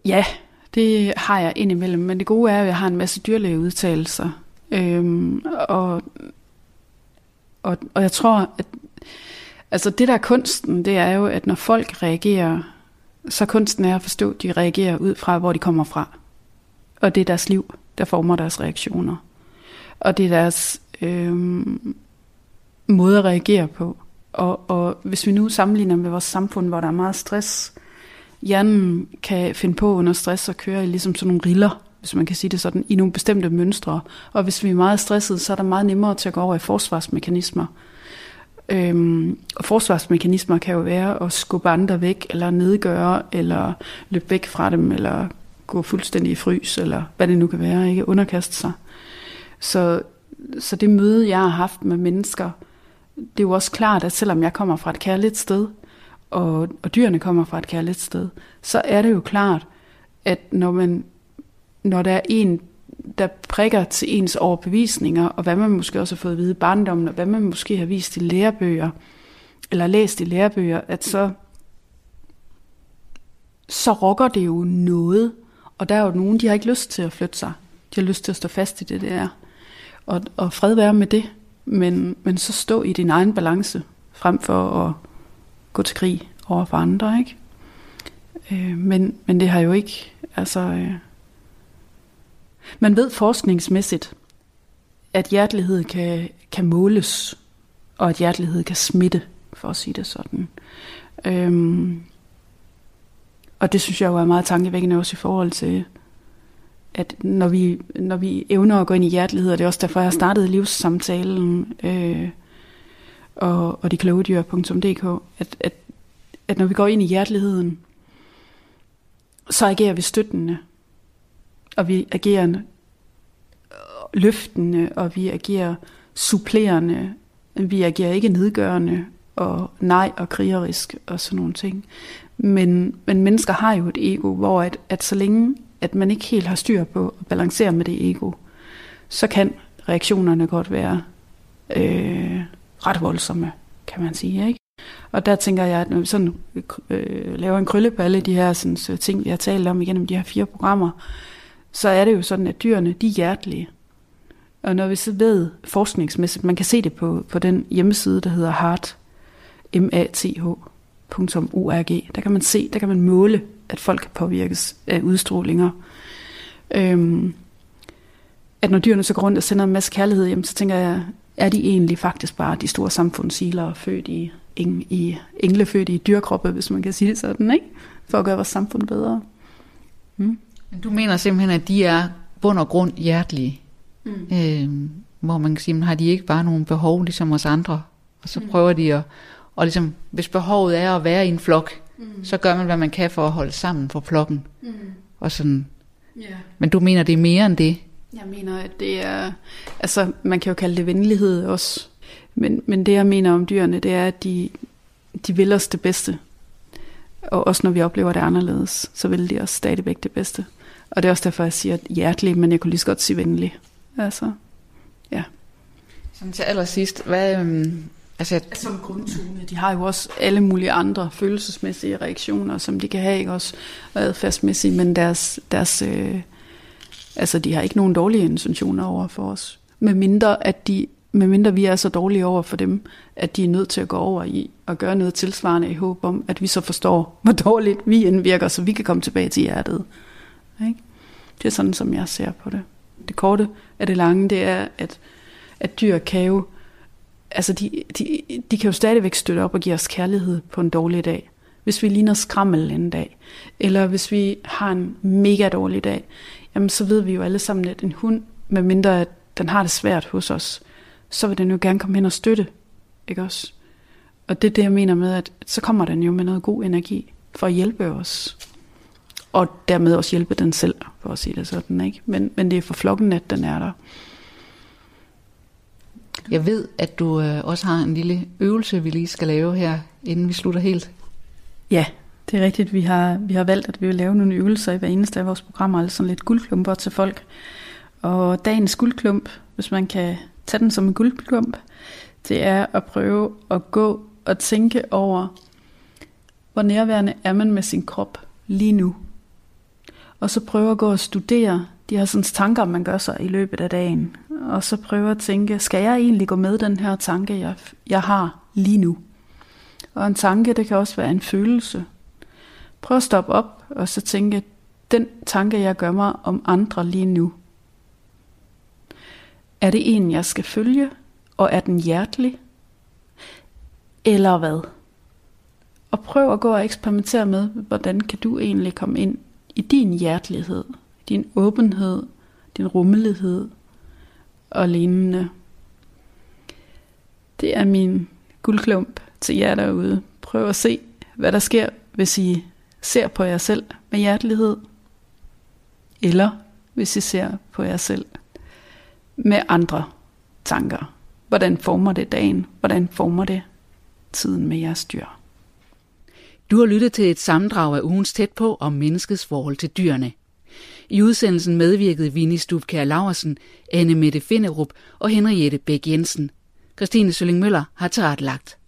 Ja, det har jeg indimellem, men det gode er, at jeg har en masse dyrlægeudtalelser. Øhm, og, og, og jeg tror, at altså det der er kunsten, det er jo, at når folk reagerer, så kunsten er at forstå, at de reagerer ud fra, hvor de kommer fra. Og det er deres liv, der former deres reaktioner. Og det er deres øhm, måde at reagere på. Og, og hvis vi nu sammenligner med vores samfund, hvor der er meget stress, hjernen kan finde på under stress og køre i ligesom sådan nogle riller, hvis man kan sige det sådan, i nogle bestemte mønstre. Og hvis vi er meget stressede, så er der meget nemmere til at gå over i forsvarsmekanismer. Øhm, og forsvarsmekanismer kan jo være at skubbe andre væk, eller nedgøre, eller løbe væk fra dem, eller gå fuldstændig i frys, eller hvad det nu kan være, ikke underkaste sig. Så, så det møde, jeg har haft med mennesker, det er jo også klart, at selvom jeg kommer fra et kærligt sted, og, og dyrene kommer fra et kærligt sted, så er det jo klart, at når, man, når der er en, der prikker til ens overbevisninger, og hvad man måske også har fået at vide i barndommen, og hvad man måske har vist i lærebøger, eller læst i lærebøger, at så, så rokker det jo noget, og der er jo nogen, de har ikke lyst til at flytte sig. De har lyst til at stå fast i det, det er. Og, og fred være med det, men, men så stå i din egen balance, frem for at gå til krig over for andre, ikke? Øh, men, men det har jo ikke, altså... Øh, man ved forskningsmæssigt, at hjertelighed kan, kan måles, og at hjertelighed kan smitte, for at sige det sådan. Øhm, og det synes jeg jo er meget tankevækkende også i forhold til, at når vi, når vi evner at gå ind i hjertelighed, og det er også derfor, jeg har startet livssamtalen øh, og, og de klogedyr punktum d k, at, at, at når vi går ind i hjerteligheden, så agerer vi støttende, og vi agerer løftende, og vi agerer supplerende, vi agerer ikke nedgørende, og nej og krigerisk, og sådan nogle ting. Men, men mennesker har jo et ego, hvor at, at så længe at man ikke helt har styr på at balancere med det ego, så kan reaktionerne godt være øh, ret voldsomme, kan man sige, ikke? Og der tænker jeg, at når vi sådan øh, laver en krølle på alle de her sådan, så ting, vi har talt om igennem de her fire programmer, så er det jo sådan, at dyrene, de er hjertelige. Og når vi så ved forskningsmæssigt, man kan se det på, på den hjemmeside, der hedder heart, m a t h punktum org, der kan man se, der kan man måle, at folk kan påvirkes af udstrålinger. Øhm, at når dyrene så går rundt og sender en masse kærlighed hjem, så tænker jeg, er de egentlig faktisk bare de store samfundssiler, født i, eng, i engle, født i dyrkroppe, hvis man kan sige det sådan, ikke? For at gøre vores samfund bedre. Mm. Du mener simpelthen, at de er bund og grund hjertelige, mm. øh, hvor man kan sige, men har de ikke bare nogle behov, ligesom os andre, og så mm. prøver de at, og ligesom, hvis behovet er at være i en flok, mm. så gør man, hvad man kan for at holde sammen for flokken, mm. og sådan. Yeah. Men du mener, det er mere end det? Jeg mener, at det er, altså man kan jo kalde det venlighed også, men, men det jeg mener om dyrene, det er, at de, de vil os det bedste, og også når vi oplever det anderledes, så vil de også stadigvæk det bedste. Og det er også derfor, jeg siger hjertelig, men jeg kunne lige så godt sige venlig. Altså, ja. Som til allersidst, hvad... Øhm, altså, som grundtone, de har jo også alle mulige andre følelsesmæssige reaktioner, som de kan have, ikke også adfærdsmæssige, men deres, deres øh, altså, de har ikke nogen dårlige intentioner over for os. Med mindre, at de, med mindre vi er så dårlige over for dem, at de er nødt til at gå over i og gøre noget tilsvarende i håb om, at vi så forstår, hvor dårligt vi indvirker, så vi kan komme tilbage til hjertet. Ikke? Det er sådan, som jeg ser på det. Det korte af det lange, det er, at, at dyr kan jo, altså de, de, de kan jo stadigvæk støtte op og give os kærlighed på en dårlig dag. Hvis vi ligner skrammel en dag, eller hvis vi har en mega dårlig dag, jamen så ved vi jo alle sammen, at en hund, medmindre at den har det svært hos os, så vil den jo gerne komme hen og støtte, ikke også? Og det er det, jeg mener med, at så kommer den jo med noget god energi for at hjælpe os. Og dermed også hjælpe den selv, for at sige det sådan, ikke? Men, men det er for flokken, at den er der. Jeg ved, at du øh, også har en lille øvelse, vi lige skal lave her, inden vi slutter helt. Ja, det er rigtigt. Vi har, vi har valgt, at vi vil lave nogle øvelser i hver eneste af vores programmer, altså sådan lidt guldklumper til folk. Og dagens guldklump, hvis man kan tage den som en guldklump, det er at prøve at gå og tænke over, hvor nærværende er man med sin krop lige nu. Og så prøve at gå og studere de her sådan tanker, man gør sig i løbet af dagen. Og så prøve at tænke, skal jeg egentlig gå med den her tanke, jeg, jeg har lige nu? Og en tanke, det kan også være en følelse. Prøv at stoppe op og så tænke, den tanke, jeg gør mig om andre lige nu, er det en, jeg skal følge? Og er den hjertelig? Eller hvad? Og prøv at gå og eksperimentere med, hvordan kan du egentlig komme ind i din hjertelighed, din åbenhed, din rummelighed og lignende. Det er min guldklump til jer derude. Prøv at se, hvad der sker, hvis I ser på jer selv med hjertelighed, eller hvis I ser på jer selv med andre tanker. Hvordan former det dagen? Hvordan former det tiden med jeres dyr? Du har lyttet til et sammendrag af ugens Tæt på om menneskets forhold til dyrene. I udsendelsen medvirkede Winnie Stubkjær Laursen, Anne Mette Finderup og Henriette Bæk Jensen. Christine Sølling Møller har tilrettelagt.